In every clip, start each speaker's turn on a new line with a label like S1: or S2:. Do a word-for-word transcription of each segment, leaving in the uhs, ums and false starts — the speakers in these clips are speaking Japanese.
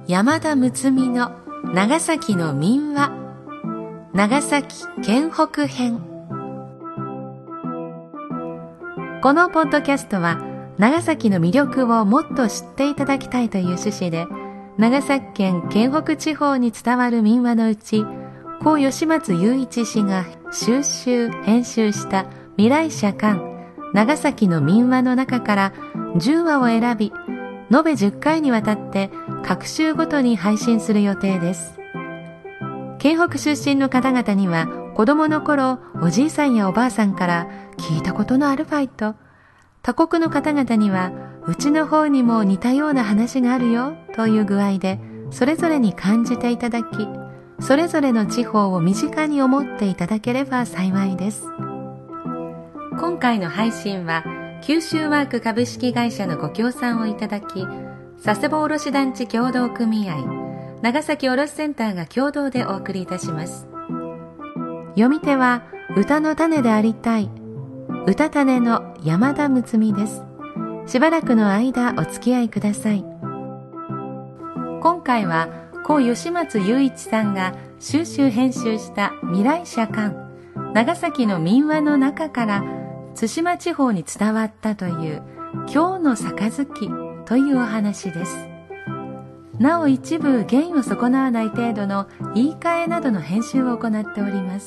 S1: 山田睦美の長崎の民話、長崎県北編。このポッドキャストは長崎の魅力をもっと知っていただきたいという趣旨で、長崎県県北地方に伝わる民話のうち、故吉松雄一氏が収集編集した未来社刊長崎の民話の中からじゅっわを選び、延べじゅっかいにわたって各週ごとに配信する予定です。県北出身の方々には、子供の頃おじいさんやおばあさんから聞いたことのあるファイト、他国の方々にはうちの方にも似たような話があるよという具合で、それぞれに感じていただき、それぞれの地方を身近に思っていただければ幸いです。今回の配信は九州ワーク株式会社のご協賛をいただき、佐世保卸団地協同組合長崎卸センターが共同でお送りいたします。読み手は歌の種でありたい歌種の山田睦美です。しばらくの間お付き合いください。今回は故吉松雄一さんが収集編集した未来社刊長崎の民話の中から対馬地方に伝わったという今日の杯というお話です。なお一部原意を損なわない程度の言い換えなどの編集を行っております。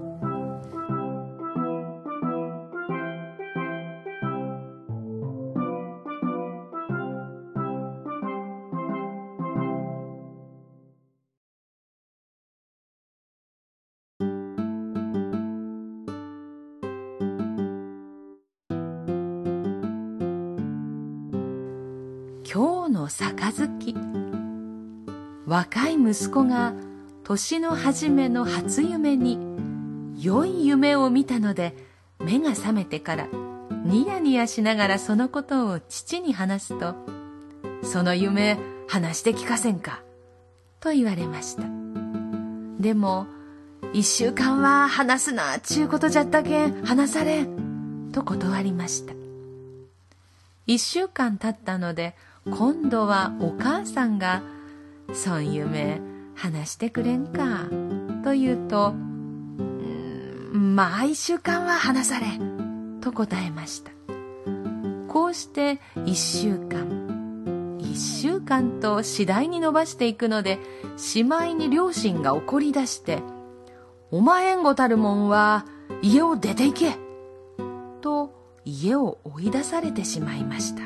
S1: 今日の杯。若い息子が年の初めの初夢に良い夢を見たので、目が覚めてからニヤニヤしながらそのことを父に話すと、その夢話して聞かせんかと言われました。でも一週間は話すなちゅうことじゃったけん話されんと断りました。一週間経ったので、今度はお母さんがそん夢話してくれんかと言うと、んまあ一週間は話されと答えました。こうして一週間一週間と次第に伸ばしていくので、しまいに両親が怒り出して、お前んごたるもんは家を出て行けと家を追い出されてしまいました。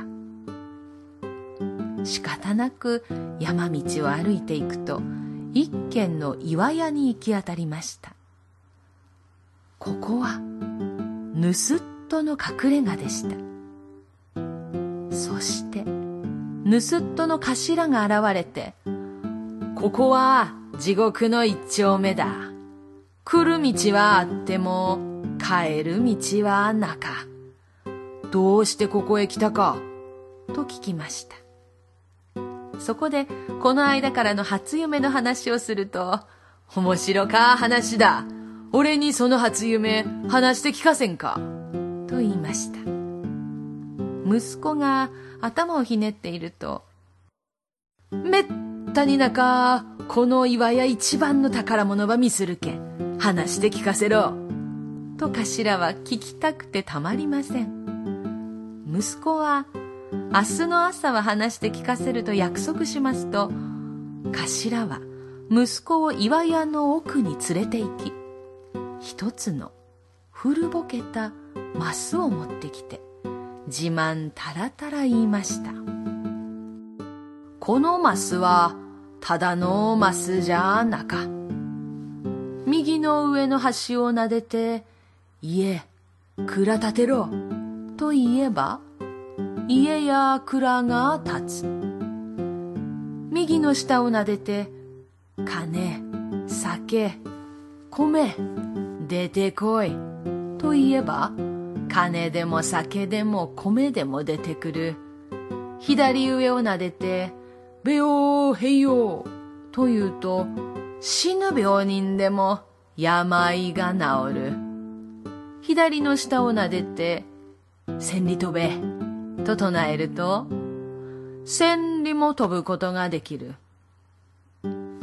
S1: 仕方なく山道を歩いていくと、一軒の岩屋に行き当たりました。ここは盗人の隠れ家でした。そして盗人の頭が現れて、ここは地獄の一丁目だ。来る道はあっても帰る道はなか。どうしてここへ来たかと聞きました。そこでこの間からの初夢の話をすると、面白か話だ。俺にその初夢話して聞かせんかと言いました。息子が頭をひねっていると、めったになかこの岩屋一番の宝物ば見するけん話して聞かせろと頭は聞きたくてたまりません。息子は明日の朝は話して聞かせると約束しますと、頭は息子を岩屋の奥に連れて行き、一つの古ぼけたマスを持ってきて自慢たらたら言いました。このマスはただのマスじゃなか。右の上の端を撫でて、家蔵建てろと言えば家や蔵が建つ。右の下を撫でて、金、酒、米、出てこいと言えば、金でも酒でも米でも出てくる。左上を撫でて、べよへいよと言うと、死ぬ病人でも病が治る。左の下を撫でて、千里飛べと唱えると、千里も飛ぶことができる。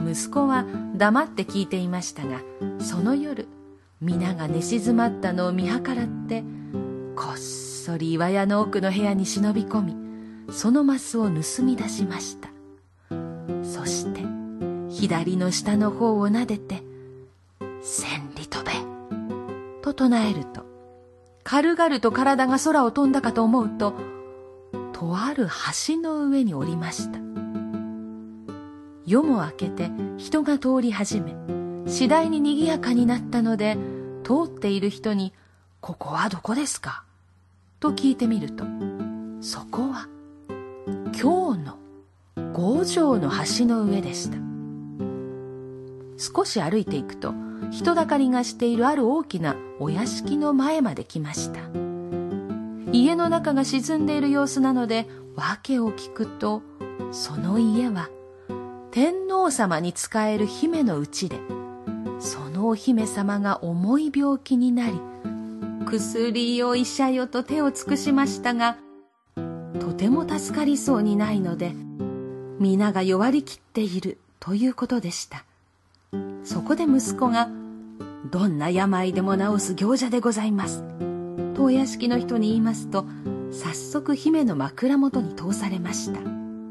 S1: 息子は黙って聞いていましたが、その夜皆が寝静まったのを見計らってこっそり岩屋の奥の部屋に忍び込み、そのマスを盗み出しました。そして左の下の方をなでて「千里飛べ」と唱えると、軽々と体が空を飛んだかと思うと、とある橋の上に降りました。夜も明けて人が通り始め、次第に賑やかになったので、通っている人に「ここはどこですか?」と聞いてみると、そこは京の五条の橋の上でした。少し歩いていくと、人だかりがしているある大きなお屋敷の前まで来ました。家の中が沈んでいる様子なので訳を聞くと、その家は天皇様に仕える姫の家で、そのお姫様が重い病気になり、薬よ医者よと手を尽くしましたが、とても助かりそうにないので、皆が弱りきっているということでした。そこで息子が「どんな病でも治す行者でございます」とお屋敷の人に言いますと、早速姫の枕元に通されました。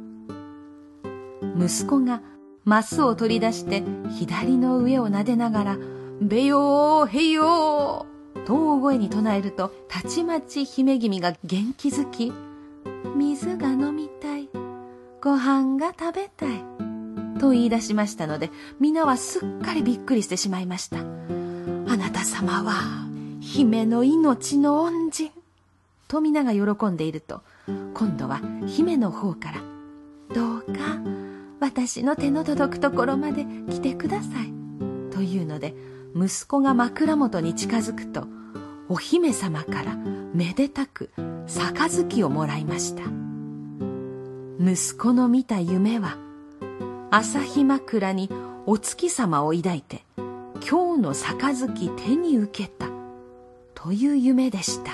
S1: 息子がマスを取り出して左の上を撫でながら「べよーへよー」と大声に唱えると、たちまち姫君が元気づき「水が飲みたい、ご飯が食べたい」と言い出しましたので、皆はすっかりびっくりしてしまいました。あなた様は姫の命の恩人と皆が喜んでいると、今度は姫の方から「どうか私の手の届くところまで来てください」というので、息子が枕元に近づくと、お姫様からめでたく杯をもらいました。息子の見た夢は、朝日枕にお月様を抱いて今日の杯手に受けたという夢でした。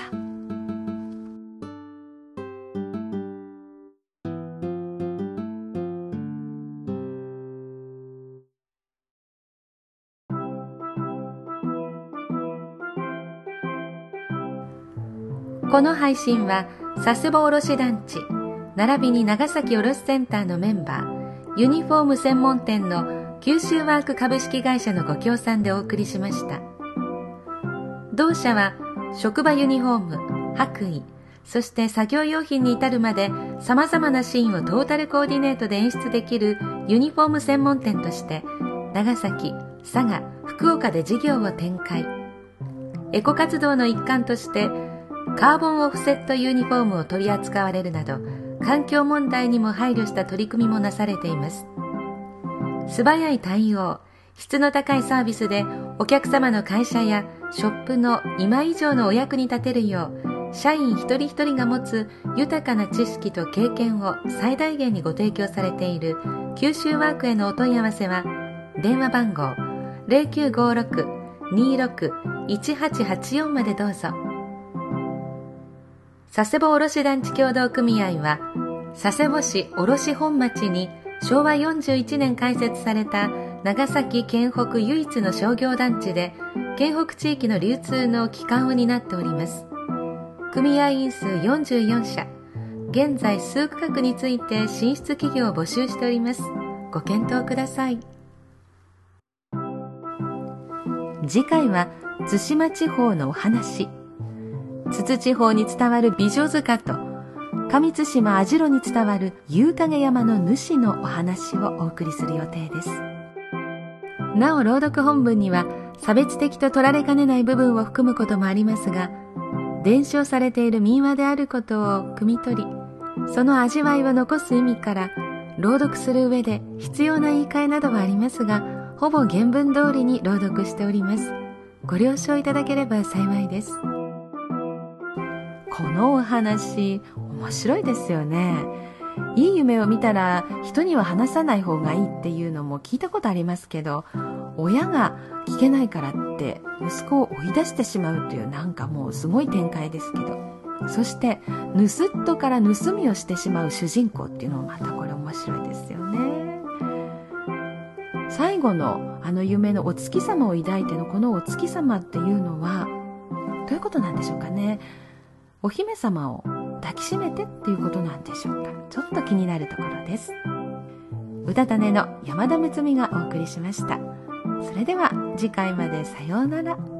S1: この配信は佐世保卸団地並びに長崎卸センターのメンバー、ユニフォーム専門店の九州ワーク株式会社のご協賛でお送りしました。同社は職場ユニフォーム、白衣、そして作業用品に至るまで様々なシーンをトータルコーディネートで演出できるユニフォーム専門店として、長崎、佐賀、福岡で事業を展開。エコ活動の一環としてカーボンオフセットユニフォームを取り扱われるなど、環境問題にも配慮した取り組みもなされています。素早い対応、質の高いサービスでお客様の会社やショップの今以上のお役に立てるよう、社員一人一人が持つ豊かな知識と経験を最大限にご提供されている九州ワークへのお問い合わせは、電話番号 ゼロきゅうごろく にーろく いちはちはちよん までどうぞ。佐世保卸団地協同組合は、佐世保市卸本町にしょうわよんじゅういちねん開設された長崎県北唯一の商業団地で、県北地域の流通の基幹を担っております。組合員数よんじゅうよんしゃ、現在数区画について進出企業を募集しております。ご検討ください。次回は対馬地方のお話。津々地方に伝わる美女塚と上対馬網代に伝わる夕影山の主のお話をお送りする予定です。なお朗読本文には差別的と取られかねない部分を含むこともありますが、伝承されている民話であることを汲み取り、その味わいを残す意味から朗読する上で必要な言い換えなどはありますが、ほぼ原文通りに朗読しております。ご了承いただければ幸いです。このお話面白いですよね。いい夢を見たら人には話さない方がいいっていうのも聞いたことありますけど、親が聞けないからって息子を追い出してしまうという、なんかもうすごい展開ですけど、そして盗っ人から盗みをしてしまう主人公っていうのもまたこれ面白いですよね。 最後のあの夢のお月様を抱いてのこのお月様っていうのはどういうことなんでしょうかね。お姫様を抱きしめてっていうことなんでしょうか。ちょっと気になるところです。うたたねの山田睦美がお送りしました。それでは次回までさようなら。